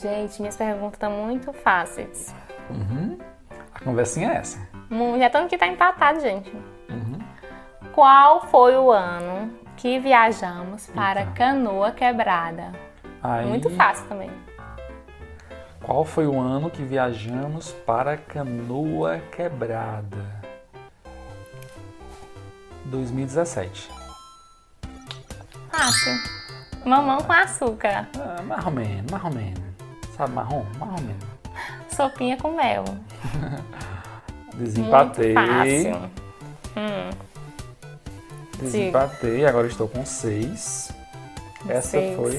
Gente, minhas perguntas estão muito fáceis. A conversinha é essa. Já estamos que tá empatado, gente. Qual foi o ano que viajamos para Canoa Quebrada? Aí, Muito fácil também. qual foi o ano que viajamos para Canoa Quebrada? 2017. Fácil. Mamão com açúcar. Ah, mais ou menos, mais ou menos. Sabe marrom? Mais ou menos. Sopinha com mel. Desempatei. Muito fácil. Desempatei, agora estou com 6. Essa 6. foi.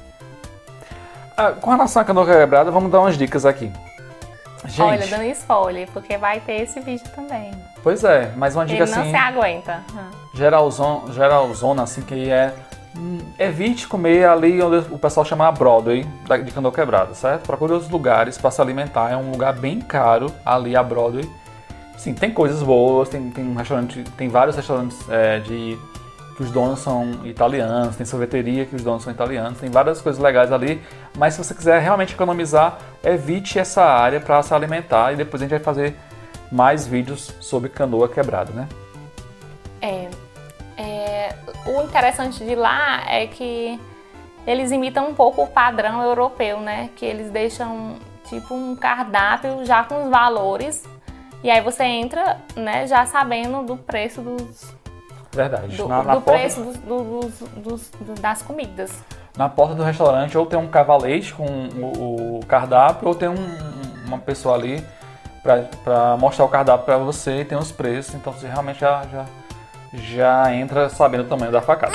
Com relação à Canoa Quebrada, vamos dar umas dicas aqui. Gente, Olha, dando spoiler, porque vai ter esse vídeo também. pois é, mas uma dica Ele não assim, se aguenta. geralzona, assim, que é evite comer ali onde o pessoal chama a Broadway de Canoa Quebrada, certo? Procure outros lugares para se alimentar, é um lugar bem caro ali a Broadway. Sim, tem coisas boas, tem um restaurante, tem vários restaurantes que os donos são italianos, tem sorveteria que os donos são italianos, tem várias coisas legais ali, mas se você quiser realmente economizar, evite essa área para se alimentar e depois a gente vai fazer mais vídeos sobre Canoa Quebrada, né? O interessante de lá é que eles imitam um pouco o padrão europeu, né? Que eles deixam tipo um cardápio já com os valores. E aí você entra, né, já sabendo do preço Verdade. das comidas. Na porta do restaurante ou tem um cavalete com o cardápio ou tem uma pessoa ali para mostrar o cardápio para você e tem os preços. Então você realmente já entra sabendo o tamanho da facada.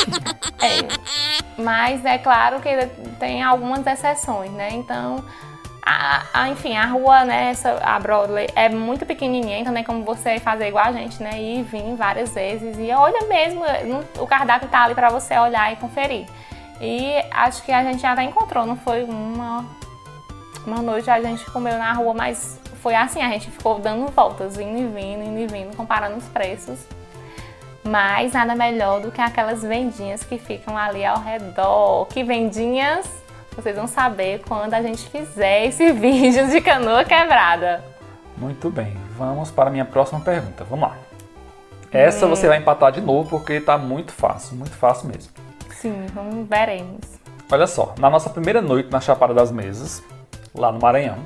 Mas é claro que tem algumas exceções, né? Então, enfim, a rua, né, a Broadway é muito pequenininha, então tem como você fazer igual a gente, né? Ir e vir várias vezes e olha mesmo, o cardápio tá ali para você olhar e conferir. E acho que a gente já até encontrou, não foi uma noite a gente comeu na rua, mas foi assim, a gente ficou dando voltas, indo e vindo, comparando os preços. Mas nada melhor do que aquelas vendinhas que ficam ali ao redor. Que vendinhas? Vocês vão saber quando a gente fizer esse vídeo de Canoa Quebrada. Muito bem, vamos para a minha próxima pergunta. Vamos lá. Essa você vai empatar de novo porque tá muito fácil mesmo. Sim, veremos. Olha só, na nossa primeira noite na Chapada das Mesas, lá no Maranhão,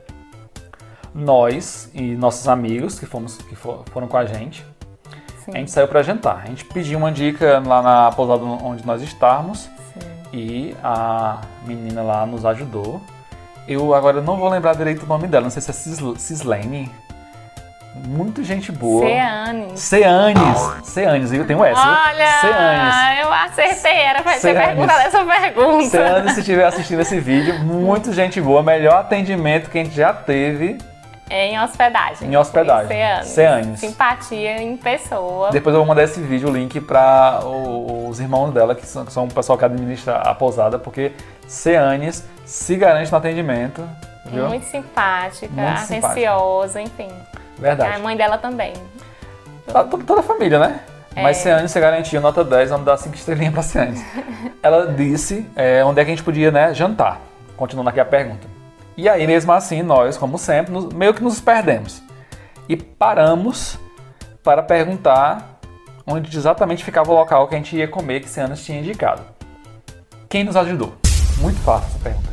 nós e nossos amigos que foram com a gente, Sim. a gente saiu para jantar. A gente pediu uma dica lá na pousada onde nós estávamos. Sim. E a menina lá nos ajudou. Eu agora não vou lembrar direito o nome dela, não sei se é Cislene. Muito gente boa. Ceanes, viu? Tem um S. Olha, Ceanes. eu acertei, era pra ter perguntado essa pergunta. Ceanes, se estiver assistindo esse vídeo, muito gente boa, melhor atendimento que a gente já teve. Em hospedagem. Ceanes. Simpatia em pessoa. Depois eu vou mandar esse vídeo, o link para os irmãos dela, que são o pessoal que administra a pousada, porque Ceanes se garante no atendimento. Viu? Muito simpática, atenciosa, enfim. Verdade. A mãe dela também. Toda a família, né? Mas Ceanes se garantiu, nota 10, vamos dar 5 estrelinhas para Ceanes. Ela disse onde é que a gente podia, né, jantar. Continuando aqui a pergunta. E aí, mesmo assim, nós, como sempre, meio que nos perdemos. E paramos para perguntar onde exatamente ficava o local que a gente ia comer, que Ceanes tinha indicado. Quem nos ajudou? Muito fácil essa pergunta.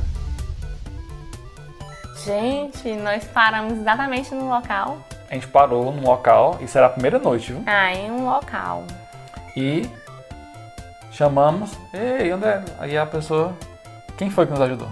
Gente, nós paramos exatamente no local. A gente parou num local, isso era a primeira noite, viu? Em um local. E chamamos, ei, onde é? Aí a pessoa, quem foi que nos ajudou?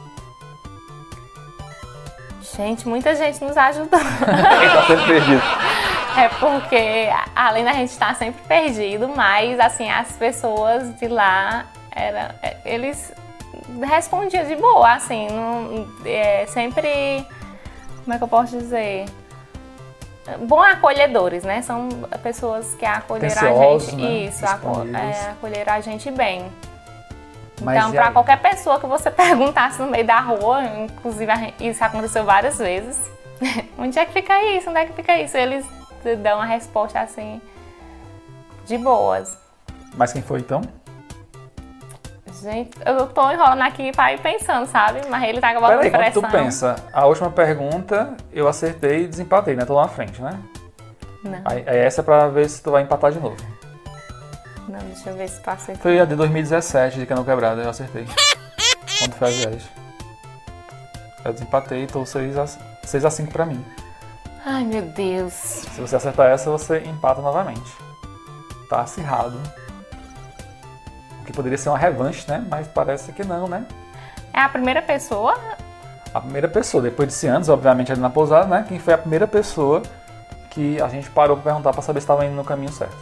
Gente, muita gente nos ajudou. Ele tá sempre perdido. É porque, além da gente estar sempre perdido, mas, assim, as pessoas de lá, eles respondiam de boa, assim, sempre, como é que eu posso dizer? Bom acolhedores, né? São pessoas que acolheram a gente. Né? Isso, acolheram a gente bem. Mas então, para qualquer pessoa que você perguntasse no meio da rua, inclusive isso aconteceu várias vezes, onde é que fica isso? Onde é que fica isso? Eles dão uma resposta assim, de boas. Mas quem foi então? Gente, eu tô enrolando aqui pra ir pensando, sabe? Mas ele tá botando Peraí, quando pressão. tu pensa, a última pergunta eu acertei e desempatei, né? Tô na frente, né? Não, Aí essa é pra ver se tu vai empatar de novo. não, deixa eu ver se tu acertou. Foi a de 2017 de Canoa Quebrada, eu acertei. Quando foi a viagem. Eu desempatei e tô 6-5 pra mim. Ai, meu Deus. Se você acertar essa, você empata novamente. Tá acirrado. O que poderia ser uma revanche, né? Mas parece que não, né? É a primeira pessoa? A primeira pessoa, depois de 100 anos, obviamente ali na pousada, né? Quem foi a primeira pessoa que a gente parou pra perguntar pra saber se estava indo no caminho certo.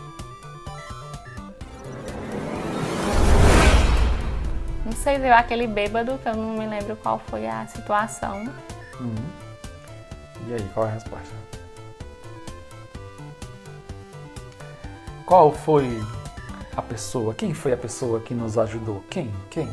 Não sei, veio aquele bêbado, que eu não me lembro qual foi a situação. E aí, qual é a resposta? Qual foi a pessoa? Quem foi a pessoa que nos ajudou? Quem?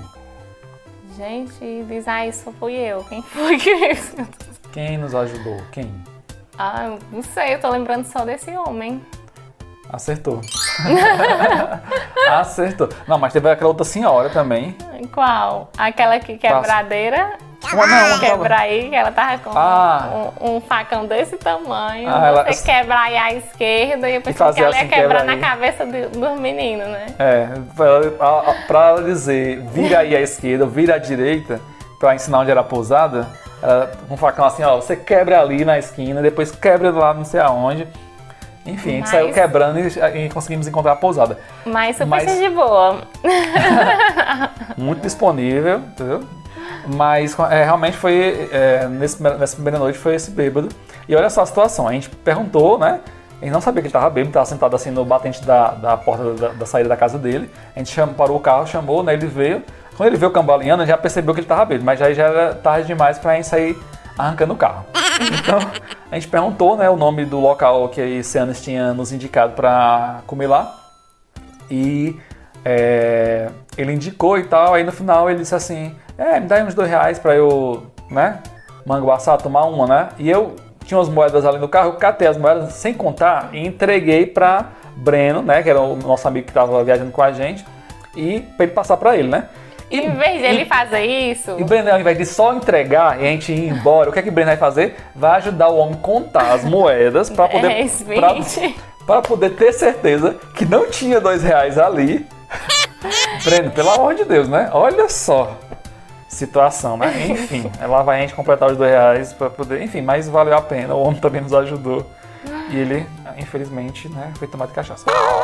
Gente, diz aí, só fui eu. Quem foi que... Quem nos ajudou? Quem? Ah, não sei, eu tô lembrando só desse homem. Acertou. Acertou. Não, mas teve aquela outra senhora também. Qual? Aquela que quebradeira? Não, Quebra aí, que ela tava com um facão desse tamanho. Você quebrar aí à esquerda e eu pensei que ela ia assim, quebrar na cabeça dos meninos, né? Pra ela dizer, vira aí à esquerda, vira à direita, pra ensinar onde era a pousada, com um facão assim, ó, você quebra ali na esquina, depois quebra lá não sei aonde. Enfim, a gente saiu quebrando e conseguimos encontrar a pousada. Mas super de boa. Muito disponível, entendeu? Mas realmente foi, nessa primeira noite foi esse bêbado. E olha só a situação, a gente perguntou, né? A gente não sabia que ele estava bêbado, estava sentado assim no batente da porta da saída da casa dele. A gente parou o carro, chamou, né? Ele veio. Quando ele veio cambaleando, a gente já percebeu que ele estava bêbado, mas aí já era tarde demais para a gente sair arrancando o carro. Então, a gente perguntou, né, o nome do local que a Cianis tinha nos indicado para comer lá. E ele indicou e tal, aí no final ele disse assim, me dá aí uns R$2 pra eu, né, manguaçar, tomar uma, né? E eu tinha umas moedas ali no carro, eu catei as moedas sem contar e entreguei pra Breno, né, que era o nosso amigo que tava viajando com a gente, e pra ele passar pra ele, né? Em vez de ele fazer isso... E Breno, ao invés de só entregar e a gente ir embora, o que é que o Breno vai fazer? Vai ajudar o homem a contar as moedas pra poder... Pra poder ter certeza que não tinha R$2 ali. Breno, pelo amor de Deus, né? Olha só. Situação, né? Enfim, lá vai a gente completar os R$2 pra poder... Enfim, mas valeu a pena, o homem também nos ajudou. E ele, infelizmente, né, foi tomar de cachaça.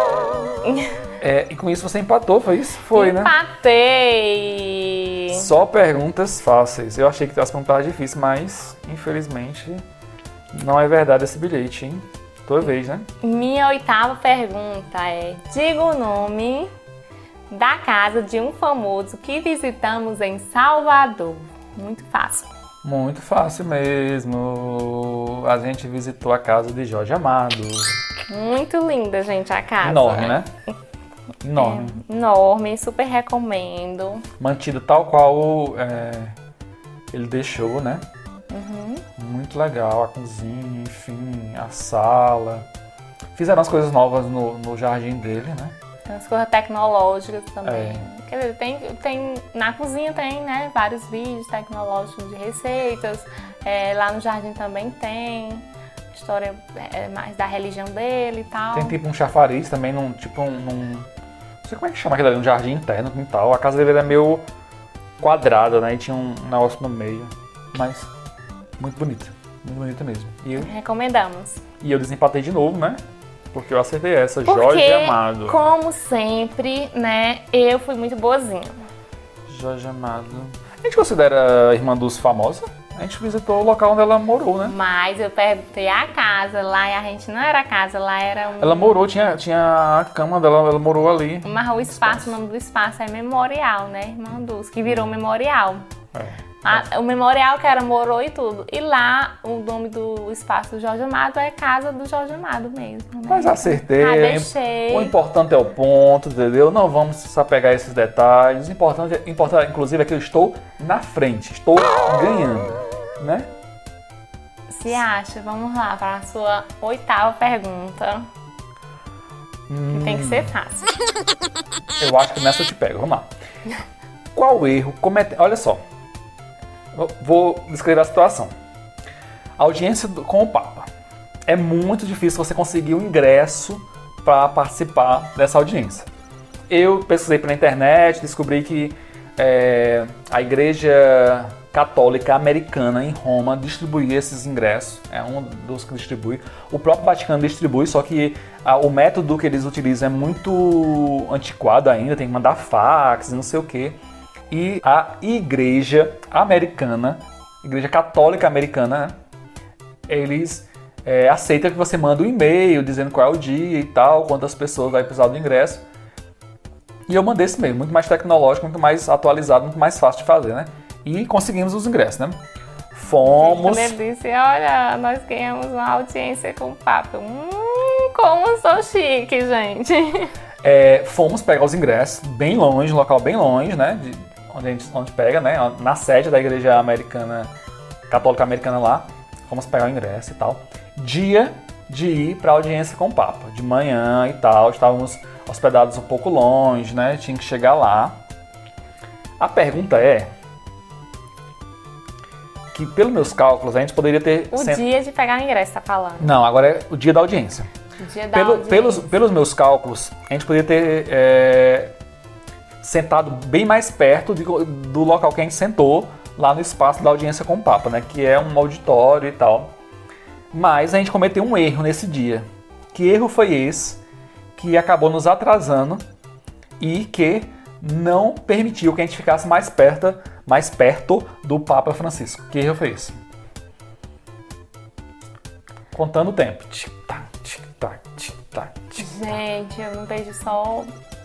E com isso você empatou, foi isso? Foi, né? Empatei! Só perguntas fáceis. Eu achei que as perguntas estavam difíceis, mas, infelizmente, não é verdade esse bilhete, hein? Tua vez, né? Minha 8ª pergunta é: diga o nome da casa de um famoso que visitamos em Salvador. Muito fácil. Muito fácil mesmo. A gente visitou a casa de Jorge Amado. Muito linda, gente, a casa. Enorme, né? Enorme. Enorme, super recomendo. Mantido tal qual ele deixou, né? Muito legal, a cozinha, enfim, a sala. Fizeram as coisas novas no jardim dele, né? Tem as coisas tecnológicas também. Quer dizer, na cozinha tem, né, vários vídeos tecnológicos de receitas. Lá no jardim também tem. História mais da religião dele e tal. Tem tipo um chafariz também, não sei como é que chama aquilo ali, um jardim interno, quintal. A casa dele era meio quadrada, né? E tinha um negócio no meio. Mas muito bonita mesmo. Recomendamos. E eu desempatei de novo, né? Porque eu acertei essa, Jorge Amado. Como sempre, né, eu fui muito boazinha. Jorge Amado. A gente considera a irmã dos famosa? A gente visitou o local onde ela morou, né? Mas eu perguntei a casa lá e a gente não era casa, lá era um... Ela morou, tinha a cama dela, ela morou ali. Mas o espaço, o nome do espaço é Memorial, né, Irmã Dulce, que virou Memorial. O Memorial que era morou e tudo. E lá, o nome do espaço do Jorge Amado é Casa do Jorge Amado mesmo, né? Mas acertei. Deixei. O importante é o ponto, entendeu? Não vamos só pegar esses detalhes. O importante, inclusive, é que eu estou na frente. Estou ganhando, né? Se acha? Vamos lá para a sua 8ª pergunta. Que tem que ser fácil. Eu acho que nessa eu te pego. Vamos lá. Qual erro cometemos? Olha só, vou descrever a situação. Audiência com o Papa. É muito difícil você conseguir o ingresso para participar dessa audiência. Eu pesquisei pela internet, descobri que a Igreja Católica Americana em Roma distribuía esses ingressos, é um dos que distribui. O próprio Vaticano distribui, só que o método que eles utilizam é muito antiquado ainda, tem que mandar fax e não sei o quê. E a Igreja Americana, Igreja Católica Americana, eles aceitam que você manda um e-mail dizendo qual é o dia e tal, quantas pessoas vai precisar do ingresso. E eu mandei esse e-mail, muito mais tecnológico, muito mais atualizado, muito mais fácil de fazer, né? E conseguimos os ingressos, né? Fomos... Ele disse, olha, nós ganhamos uma audiência com o Papa. Como sou chique, gente. Fomos pegar os ingressos bem longe, um local bem longe, né? Onde pega, né? Na sede da Igreja Americana, Católica Americana lá. Fomos pegar o ingresso e tal. Dia de ir para a audiência com o Papa. De manhã e tal. Estávamos hospedados um pouco longe, né? Tinha que chegar lá. A pergunta é... que, pelos meus cálculos, a gente poderia ter... Dia de pegar o ingresso, tá falando? Não, agora é o dia da audiência. O dia da audiência. Pelos meus cálculos, a gente poderia ter sentado bem mais perto do local que a gente sentou, lá no espaço da audiência com o Papa, né? Que é um auditório e tal. Mas a gente cometeu um erro nesse dia. Que erro foi esse que acabou nos atrasando e que não permitiu que a gente ficasse mais perto do Papa Francisco? Que erro foi esse? Contando o tempo. Tic-tac, tic-tac, tic-tac, tic-tac. Gente, eu não vejo só...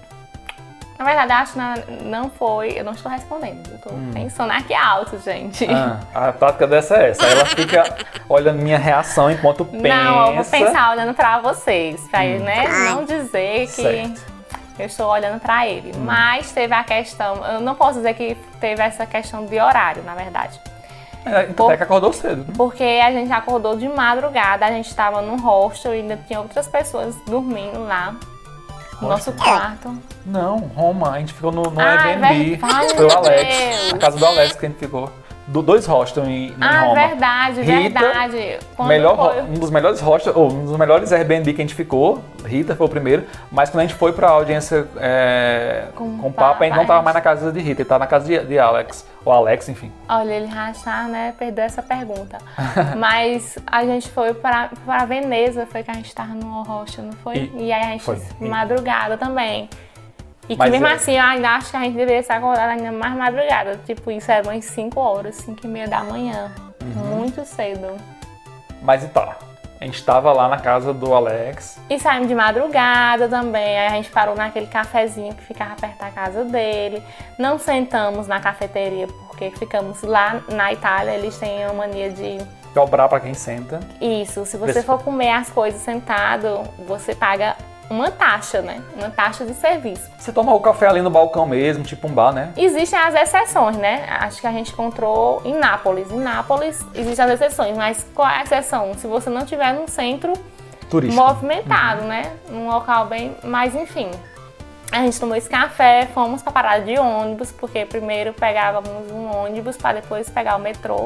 Na verdade, acho que não foi... Eu não estou respondendo. Eu estou pensando aqui alto, gente. A tática dessa é essa. Ela fica olhando minha reação enquanto pensa. Não, eu vou pensar olhando pra vocês. Pra né, não dizer que... Certo. Eu estou olhando para ele. Mas teve a questão... Eu não posso dizer que teve essa questão de horário, na verdade. Até que acordou cedo. Né? Porque a gente acordou de madrugada. A gente estava num hostel e ainda tinha outras pessoas dormindo lá. No nosso quarto. Não, Roma. A gente ficou no Airbnb. Foi o Alex. A casa do Alex que a gente ficou. Dois hostels em Roma. Verdade, Rita, verdade. Um dos melhores hostels, ou um dos melhores Airbnb que a gente ficou. Rita foi o primeiro, mas quando a gente foi pra audiência com o Papa, a gente não tava mais na casa de Rita, ele tava na casa de Alex, ou Alex, enfim. Olha, ele rachar, né, perdeu essa pergunta. Mas a gente foi pra Veneza, foi que a gente tava no hostel, não foi? E aí a gente madrugada também. E que mesmo assim, eu ainda acho que a gente deveria estar acordado ainda mais madrugada. Tipo, isso era umas 5 horas, 5h30 da manhã. Muito cedo. Mas e tá. A gente tava lá na casa do Alex. E saímos de madrugada também. Aí a gente parou naquele cafezinho que ficava perto da casa dele. Não sentamos na cafeteria porque ficamos lá na Itália. Eles têm a mania de... dobrar pra quem senta. Isso. Se você for comer as coisas sentado, você paga... uma taxa, né? Uma taxa de serviço. Você toma o café ali no balcão mesmo, tipo um bar, né? Existem as exceções, né? Acho que a gente encontrou em Nápoles. Em Nápoles existem as exceções, mas qual é a exceção? Se você não estiver num centro turístico movimentado, né? Num local bem... Mas, enfim. A gente tomou esse café, fomos pra parada de ônibus, porque primeiro pegávamos um ônibus para depois pegar o metrô.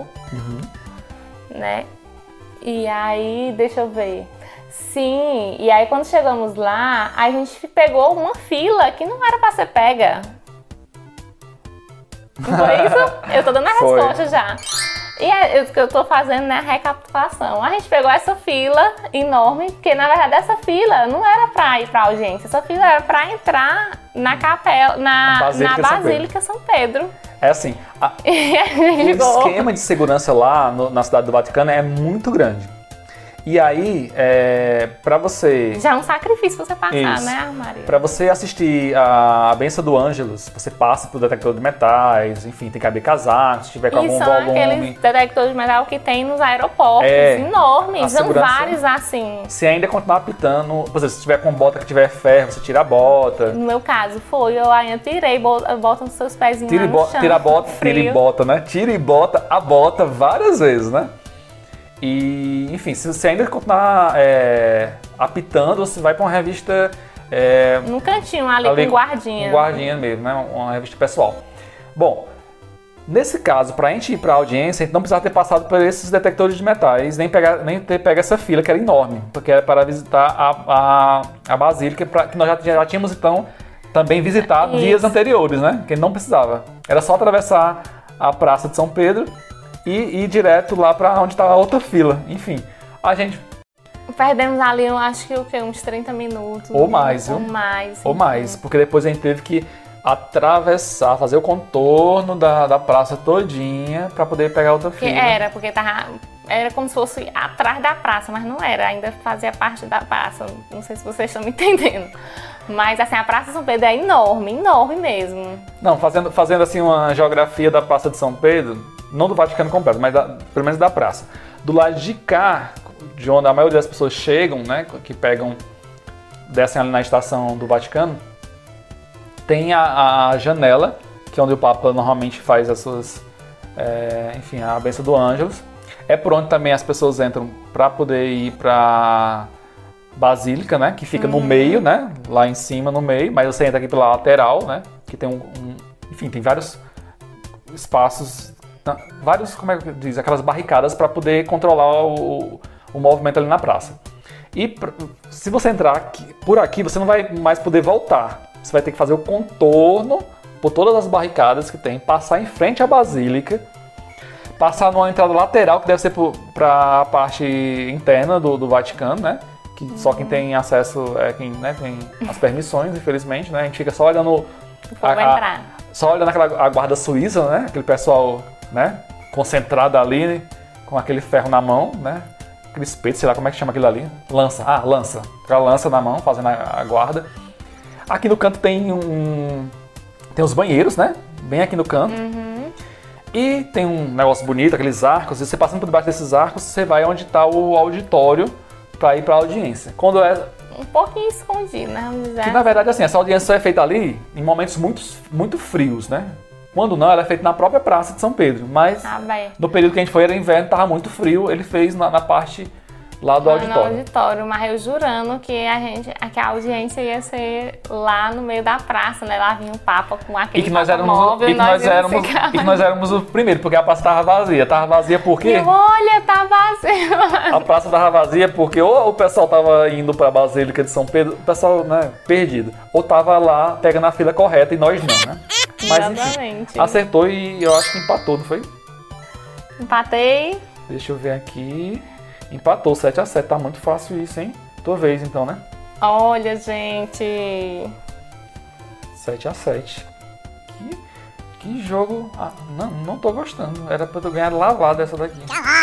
Né? E aí, deixa eu ver... Sim, e aí quando chegamos lá, a gente pegou uma fila que não era pra ser pega. Não foi isso? Eu tô dando a resposta já. E eu tô fazendo, né, a recapitulação. A gente pegou essa fila enorme, porque na verdade essa fila não era pra ir pra audiência, essa fila era pra entrar na capela, na Basílica São Pedro. É assim, o esquema de segurança lá na Cidade do Vaticano é muito grande. E aí, pra você... Já é um sacrifício você passar, né, Maria? Pra você assistir a Benção do Ângelus, você passa pro detector de metais, enfim, tem que abrir casaco, se tiver com algum volume. E são aqueles detectores de metal que tem nos aeroportos, enormes, são vários assim. Se ainda continuar apitando, por exemplo, se tiver com bota que tiver ferro, você tira a bota. No meu caso foi, eu ainda tirei, bota nos seus pezinhos lá no chão. Tira a bota, tira e bota, né? Tira e bota a bota várias vezes, né? E, enfim, se você ainda continuar apitando, você vai para uma revista Num cantinho ali com guardinha. Com guardinha mesmo, né? Uma revista pessoal. Bom, nesse caso, para a gente ir para a audiência, a gente não precisava ter passado por esses detectores de metais, nem ter pego essa fila que era enorme, porque era para visitar a Basílica, que nós já tínhamos então também visitado dias anteriores, né? Que não precisava. Era só atravessar a Praça de São Pedro e ir direto lá para onde estava a outra fila. Enfim, a gente... Perdemos ali, eu acho que uns 30 minutos. Ou mais, viu? Ou mais, porque depois a gente teve que atravessar, fazer o contorno da praça todinha para poder pegar outra fila. Porque era como se fosse atrás da praça, mas não era, ainda fazia parte da praça. Não sei se vocês estão me entendendo. Mas assim, a Praça de São Pedro é enorme, enorme mesmo. Não, fazendo assim uma geografia da Praça de São Pedro, não do Vaticano completo, mas pelo menos da praça. Do lado de cá, de onde a maioria das pessoas chegam, né, que descem ali na estação do Vaticano, tem a janela, que é onde o Papa normalmente faz as suas, enfim, a bênção do Ângelus. É por onde também as pessoas entram para poder ir para Basílica, né, que fica no meio, né, lá em cima no meio, mas você entra aqui pela lateral, né, que tem enfim, tem vários espaços, como é que diz, aquelas barricadas para poder controlar o movimento ali na praça. E se você entrar por aqui, você não vai mais poder voltar. Você vai ter que fazer o contorno por todas as barricadas que tem, passar em frente à Basílica, passar numa entrada lateral, que deve ser para a parte interna do Vaticano, né? Que só quem tem acesso é quem, né, tem as permissões, infelizmente, né? A gente fica só olhando só olhando a guarda suíça, né? Aquele pessoal, né, concentrado ali, né? Com aquele ferro na mão, né? Aquele espeto, sei lá como é que chama aquilo ali. Lança. Lança. Aquela lança na mão, fazendo a guarda. Aqui no canto tem os banheiros, né? Bem aqui no canto. E tem um negócio bonito, aqueles arcos. E você passando por debaixo desses arcos, você vai onde está o auditório para ir para a audiência. Quando um pouquinho escondido, né? Vamos dizer. Que na verdade, assim, essa audiência só é feita ali em momentos muito, muito frios, né? Quando não, ela é feita na própria Praça de São Pedro. Mas no período que a gente foi, era inverno, estava muito frio. Ele fez na parte lá do auditório. No auditório, mas eu jurando que a audiência ia ser lá no meio da praça, né? Lá vinha o Papa com aquele e que nós éramos o primeiro, porque a praça estava vazia. Estava vazia por quê? Olha, tá vazia. A praça estava vazia porque ou o pessoal estava indo para a Basílica de São Pedro, o pessoal, né, perdido. Ou estava lá pegando a fila correta e nós não, né? Mas enfim, acertou e eu acho que empatou, não foi? Empatei. Deixa eu ver aqui. Empatou 7-7, tá muito fácil isso, hein? Tua vez então, né? Olha, gente. 7-7. Que jogo. Não tô gostando. Era pra eu ganhar lavada essa daqui.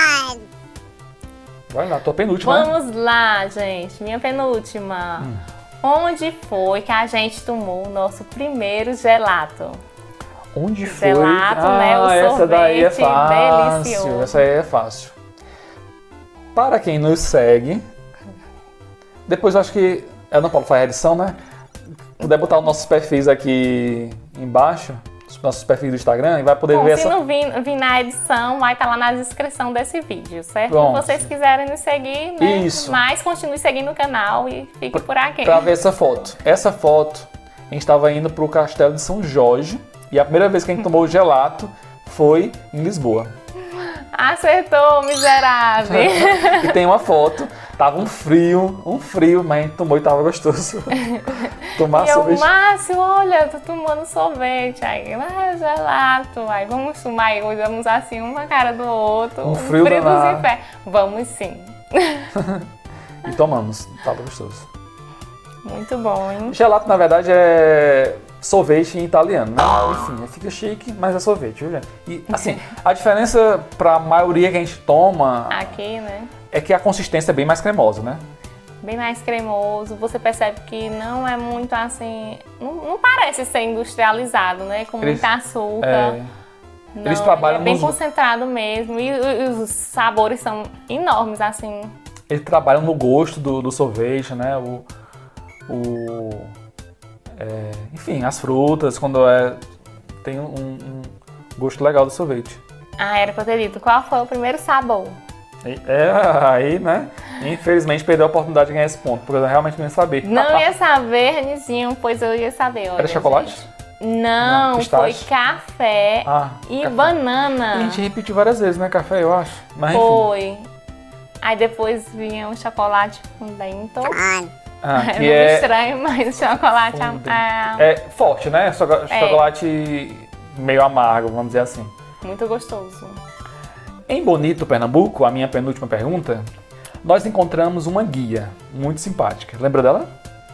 Vai lá, tua penúltima. Vamos lá, gente. Minha penúltima. Onde foi que a gente tomou o nosso primeiro gelato? Onde foi? Gelato, né? O sorvete essa daí é fácil. delicioso. Essa aí é fácil. Para quem nos segue, depois eu acho que eu não posso fazer a edição, né? Puder botar os nossos perfis aqui embaixo, os nossos perfis do Instagram, e vai poder ver essa... Se não vir na edição, vai estar lá na descrição desse vídeo, certo? Pronto. Se vocês quiserem nos seguir, né? Isso. Mas continue seguindo o canal e fique por aqui. Para ver essa foto. Essa foto, a gente estava indo para o Castelo de São Jorge, e a primeira vez que a gente tomou o gelato foi em Lisboa. Acertou, miserável! E tem uma foto, tava um frio, mas a gente tomou e tava gostoso. Tomar sorvete. Márcio, olha, tô tomando sorvete. Aí, gelato. Aí vamos tomar, aí olhamos assim, uma cara do outro. Um frio dos infernos. Vamos sim. E tomamos, tava gostoso. Muito bom, hein? Gelato, na verdade, é sorvete em italiano, né? Enfim, fica chique, mas é sorvete, viu, gente? E, assim, a diferença pra maioria que a gente toma... Aqui, né? É que a consistência é bem mais cremosa, né? Bem mais cremoso. Você percebe que não é muito, assim... Não parece ser industrializado, né? Com muito açúcar. Não, eles trabalham é bem concentrado mesmo. E os sabores são enormes, assim. Eles trabalham no gosto do sorvete, né? Enfim, as frutas, quando tem um gosto legal do sorvete. Era pra ter dito. Qual foi o primeiro sabor? Aí, né? Infelizmente perdeu a oportunidade de ganhar esse ponto, porque eu realmente não ia saber. Não ia saber, Renizinho, pois eu ia saber. Olha, Era chocolate? gente. Não, foi pistache? café e café. banana. A gente repetiu várias vezes, né? Café, eu acho. Mas enfim. Foi. Aí depois vinha um chocolate Fundento. Que Não é estranho, mas chocolate é forte, né? Chocolate meio amargo, vamos dizer assim. muito gostoso. Em Bonito, Pernambuco, a minha penúltima pergunta, nós encontramos uma guia muito simpática. Lembra dela?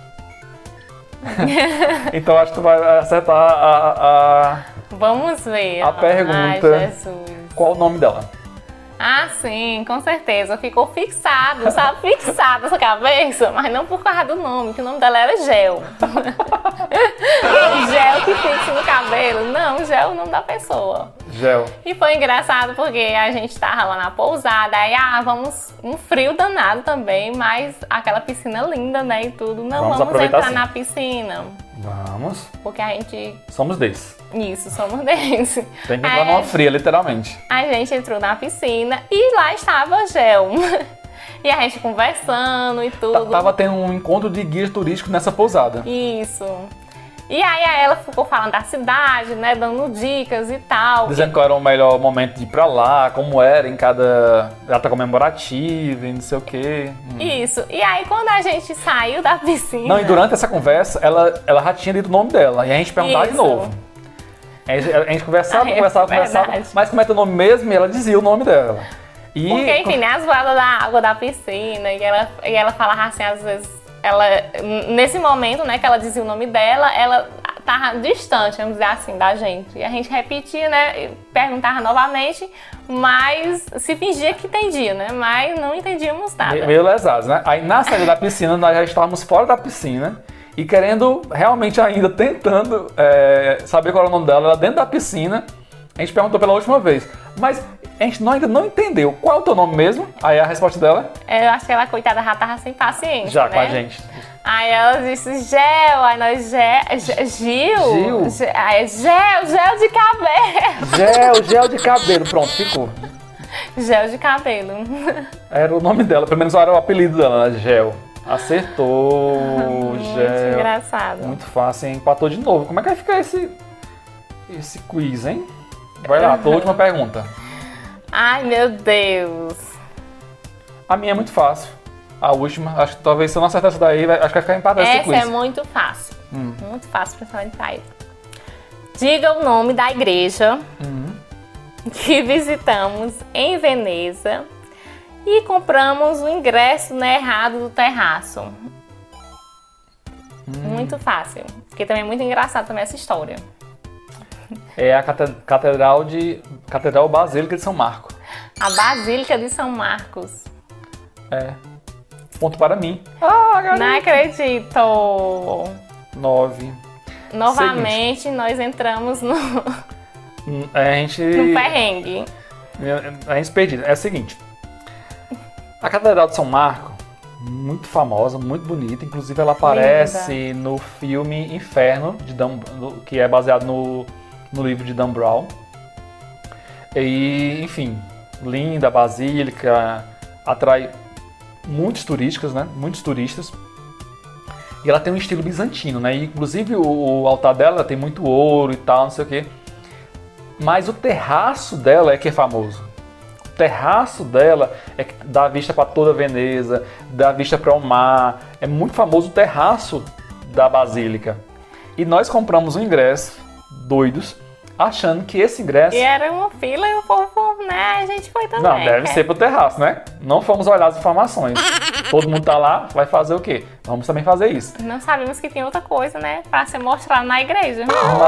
Então acho que tu vai acertar Vamos ver. a pergunta. Ai, Jesus. Qual o nome dela? Ah, sim, com certeza. Ficou fixado, sabe? Fixado essa cabeça, mas não por causa do nome, que o nome dela era Gel. Gel que fixa no cabelo. Não, Gel é o nome da pessoa. Gel. E foi engraçado porque a gente tava lá na pousada, aí, vamos, um frio danado também, mas aquela piscina linda, né, e tudo. Não, Vamos vamos aproveitar entrar sim. na piscina, Vamos. porque a gente... Somos desses. Isso, somos desses. Tem que entrar numa fria, literalmente. A gente entrou na piscina e lá estava Gel. E a gente conversando e tudo. Tava tendo um encontro de guia turístico nessa pousada. Isso. E aí ela ficou falando da cidade, né, dando dicas e tal. Dizendo qual era o melhor momento de ir pra lá, como era em cada data comemorativa e não sei o quê. Isso. E aí quando a gente saiu da piscina... Não, e durante essa conversa, ela já tinha dito o nome dela. E a gente perguntava de Isso. novo. A gente conversava, Verdade. mas como é teu nome mesmo? E ela dizia o nome dela. E Porque, enfim, né, as voadas da água da piscina, e ela falava assim, às vezes, nesse momento, né, que ela dizia o nome dela, ela tava distante, vamos dizer assim, da gente. E a gente repetia, né, e perguntava novamente, mas se fingia que entendia, né, mas não entendíamos nada. meio lesados, né? Aí na saída da piscina, nós já estávamos fora da piscina e querendo, realmente ainda tentando saber qual era o nome dela, ela dentro da piscina. A gente perguntou pela última vez, mas a gente ainda não entendeu. Qual é o teu nome mesmo? Aí a resposta dela... Eu acho que ela, coitada, já tava sem paciência, Já, né? com a gente. Aí ela disse, Gel, aí nós, Gil? Aí, gel de cabelo. Gel de cabelo, pronto, ficou. Gel de cabelo. Era o nome dela, pelo menos era o apelido dela, né? Gel. Acertou, Muito Gel. engraçado. Muito fácil, hein? Empatou de novo. Como é que vai ficar esse quiz, hein? Vai lá, tua última pergunta. Ai, meu Deus. A minha é muito fácil. A última, acho que talvez se eu não acertar essa daí, acho que vai ficar empatado esse quiz. Essa é muito fácil. Muito fácil, principalmente pra ele. Diga o nome da igreja que visitamos em Veneza e compramos o ingresso, né, errado do terraço. Muito fácil. Porque também é muito engraçado também essa história. É a Catedral Basílica de São Marco. A Basílica de São Marcos. É. Ponto para mim. Não acredito. 9. Novamente, nós entramos no No perrengue. A gente perdida. É o seguinte. A Catedral de São Marco, muito famosa, muito bonita. Inclusive ela aparece no filme Inferno, que é baseado no livro de Dan Brown. E, enfim, linda, basílica, atrai muitos turistas, né? Muitos turistas. E ela tem um estilo bizantino, né? E, inclusive o altar dela tem muito ouro e tal, não sei o quê. Mas o terraço dela é que é famoso. O terraço dela é que dá vista para toda Veneza, dá vista para o mar. É muito famoso o terraço da basílica. E nós compramos um ingresso, doidos, achando que esse ingresso... E era uma fila e o povo, né, a gente foi também. Não, deve ser pro terraço, né? Não fomos olhar as informações. Todo mundo tá lá, vai fazer o quê? Vamos também fazer isso. Não sabíamos que tinha outra coisa, né, pra ser mostrado na igreja.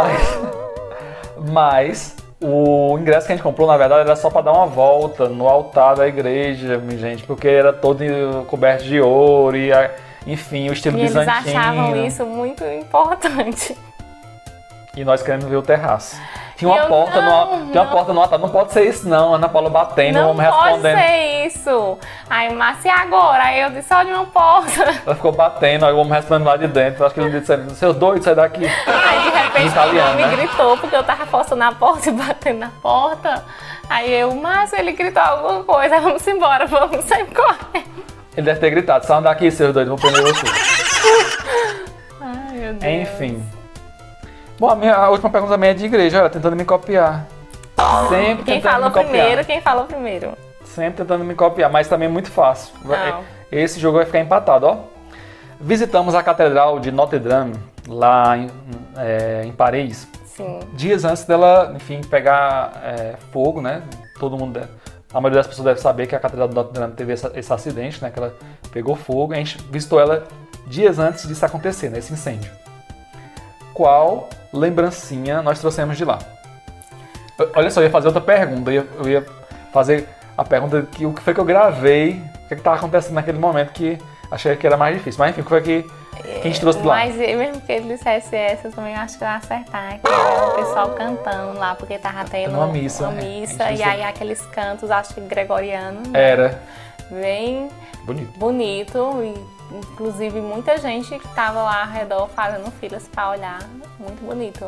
Mas o ingresso que a gente comprou, na verdade, era só para dar uma volta no altar da igreja, minha gente, porque era todo coberto de ouro e, enfim, o estilo bizantino. Eles achavam isso muito importante. E nós querendo ver o terraço. Tinha uma porta no altar. Não pode ser isso, não. Ana Paula batendo, o homem respondendo. Não pode ser isso. Aí, mas e agora? Aí eu disse, olha uma porta. Ela ficou batendo, aí o homem respondendo lá de dentro. Acho que ele disse, seus doidos, sai daqui. Aí, de repente, o homem gritou, porque eu tava forçando a porta e batendo na porta. Aí eu, Márcio, ele gritou alguma coisa. Vamos embora, vamos sair correndo. Ele deve ter gritado, saiam daqui, seus doidos, vou prender vocês. Ai, meu Deus. Enfim. Bom, a última pergunta também é de igreja, olha, tentando me copiar. Sempre Quem tentando falou me copiar. primeiro, quem falou primeiro? Sempre tentando me copiar, mas também é muito fácil. Não. Esse jogo vai ficar empatado, ó. Visitamos a Catedral de Notre Dame, lá em Paris. Sim. Dias antes dela, enfim, pegar fogo, né? Todo mundo a maioria das pessoas deve saber que a Catedral de Notre Dame teve esse acidente, né? Que ela pegou fogo. A gente visitou ela dias antes disso acontecer, né? Esse incêndio. Qual lembrancinha nós trouxemos de lá? Olha só, eu ia fazer outra pergunta. Eu ia fazer a pergunta que o que foi que eu gravei, o que estava acontecendo naquele momento que achei que era mais difícil. Mas enfim, o que foi que a gente trouxe de lá? Mas mesmo que ele dissesse essa, eu também acho que vai acertar. Que era o pessoal cantando lá, porque tava tendo uma missa. E aí aqueles cantos, acho que gregorianos. Era. Bem bonito. E inclusive muita gente que estava lá ao redor fazendo filas para olhar. Muito bonito.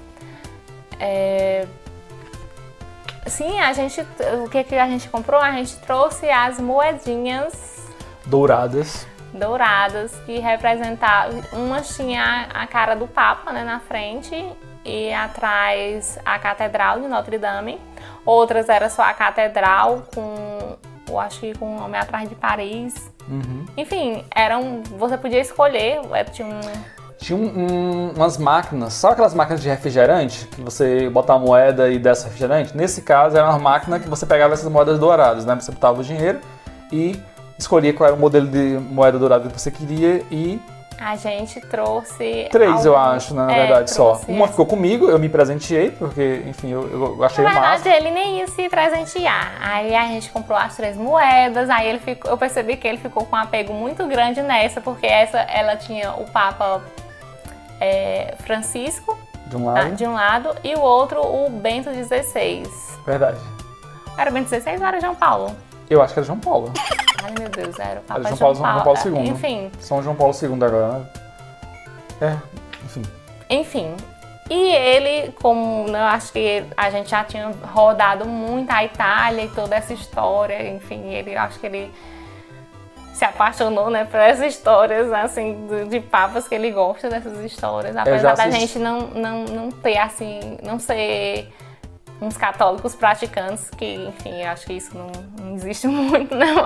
Sim, o que a gente comprou? A gente trouxe as moedinhas douradas que representavam. Umas tinha a cara do Papa, né, na frente e atrás a Catedral de Notre Dame. Outras era só a Catedral eu acho que com o nome atrás de Paris. Uhum. Enfim, você podia escolher, tinha umas máquinas, sabe aquelas máquinas de refrigerante? Que você bota a moeda e desce refrigerante? Nesse caso, era uma máquina que você pegava essas moedas douradas, né? Você botava o dinheiro e escolhia qual era o modelo de moeda dourada que você queria e... A gente trouxe... 3, eu acho, né, na verdade, só. Uma essa. ficou comigo, eu me presenteei, porque, enfim, eu achei massa. Na verdade, ele nem ia se presentear. Aí a gente comprou as 3 moedas, aí eu percebi que ele ficou com um apego muito grande nessa, porque ela tinha o Papa Francisco, de um lado, e o outro, o Bento XVI. Verdade. Era o Bento XVI ou era João Paulo? Eu acho que era João Paulo. Ai, meu Deus, era o Papa João Paulo II. Enfim. São João Paulo II agora, né? Enfim. E ele, como eu acho que a gente já tinha rodado muito a Itália e toda essa história, enfim, acho que ele se apaixonou, né, por essas histórias, assim, de papas, que ele gosta dessas histórias. Apesar da gente não ter, assim, não ser uns católicos praticantes, que, enfim, eu acho que isso não existe muito, né,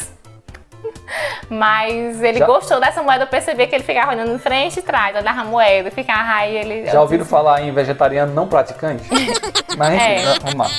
mas ele gostou dessa moeda. Eu percebi que ele ficava olhando de frente e trás, olhava a moeda e ficava, aí ele... Já ouviram falar em vegetariano não praticante? Mas enfim, vamos lá.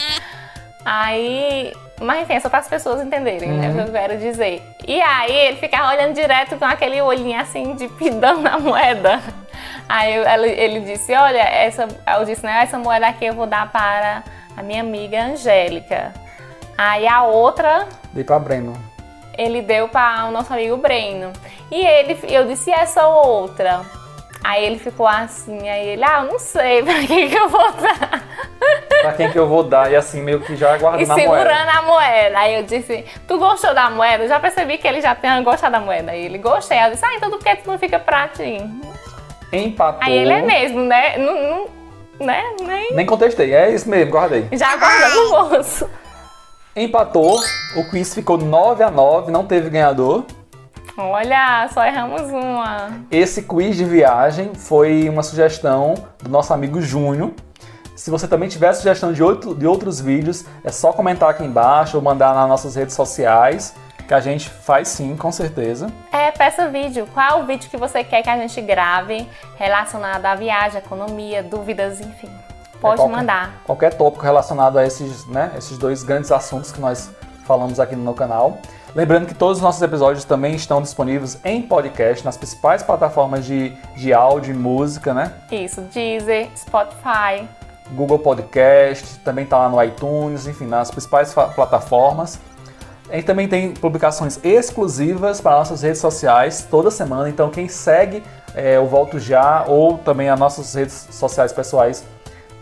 Mas enfim, é só para as pessoas entenderem, né, o que eu quero dizer. E aí ele ficava olhando direto com aquele olhinho assim de pidão na moeda. Aí ele disse, olha, eu disse, né, essa moeda aqui eu vou dar para a minha amiga Angélica. Aí a outra... Dei para Breno. Ele deu para o nosso amigo Breno. E eu disse, e essa outra? Aí ele ficou assim, aí ele, eu não sei para quem que eu vou dar. Pra quem que eu vou dar? E assim, meio que já guardando a moeda. E segurando a moeda. Aí eu disse, tu gostou da moeda? Eu já percebi que ele já tinha gostado da moeda. Aí ele, gostei. Eu disse, então por que tu não fica pra ti? Empatou. Aí ele é mesmo, né? Nem contestei, é isso mesmo, guardei. Já guardou no bolso. Empatou, o quiz ficou 9-9, não teve ganhador. Olha, só erramos uma. Esse quiz de viagem foi uma sugestão do nosso amigo Júnior. Se você também tiver sugestão de outros vídeos, é só comentar aqui embaixo ou mandar nas nossas redes sociais, que a gente faz sim, com certeza. Peça vídeo. Qual o vídeo que você quer que a gente grave relacionado à viagem, economia, dúvidas, enfim. Pode mandar. Qualquer tópico relacionado a esses 2 grandes assuntos que nós falamos aqui no canal. Lembrando que todos os nossos episódios também estão disponíveis em podcast, nas principais plataformas de áudio e música, né? Isso, Deezer, Spotify, Google Podcast, também está lá no iTunes, enfim, nas principais plataformas. A gente também tem publicações exclusivas para nossas redes sociais toda semana, então quem segue o Volto Já ou também as nossas redes sociais pessoais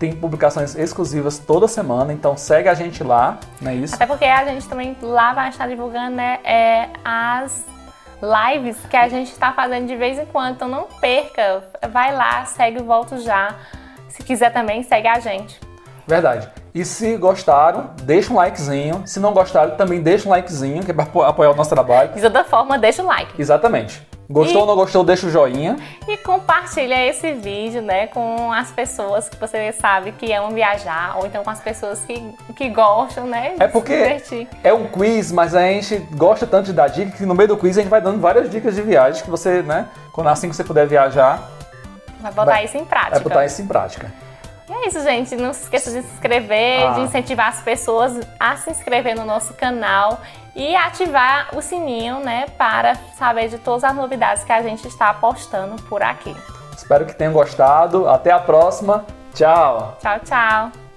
tem publicações exclusivas toda semana, então segue a gente lá, não é isso? Até porque a gente também lá vai estar divulgando, né, as lives que a gente está fazendo de vez em quando, então não perca, vai lá, segue o Volto Já. Se quiser também, segue a gente. Verdade. E se gostaram, deixa um likezinho. Se não gostaram, também deixa um likezinho, que é para apoiar o nosso trabalho. De toda forma, deixa o like. Exatamente. Gostou ou não gostou, deixa o joinha. E compartilha esse vídeo, né, com as pessoas que você sabe que amam viajar, ou então com as pessoas que gostam, né, de É porque se divertir. é um quiz, mas a gente gosta tanto de dar dicas que no meio do quiz a gente vai dando várias dicas de viagem que você, né, quando assim que você puder viajar, Vai botar isso em prática. vai botar isso em prática. E é isso, gente. Não se esqueça de se inscrever, de incentivar as pessoas a se inscrever no nosso canal e ativar o sininho, né, para saber de todas as novidades que a gente está postando por aqui. Espero que tenham gostado. Até a próxima. Tchau! Tchau, tchau!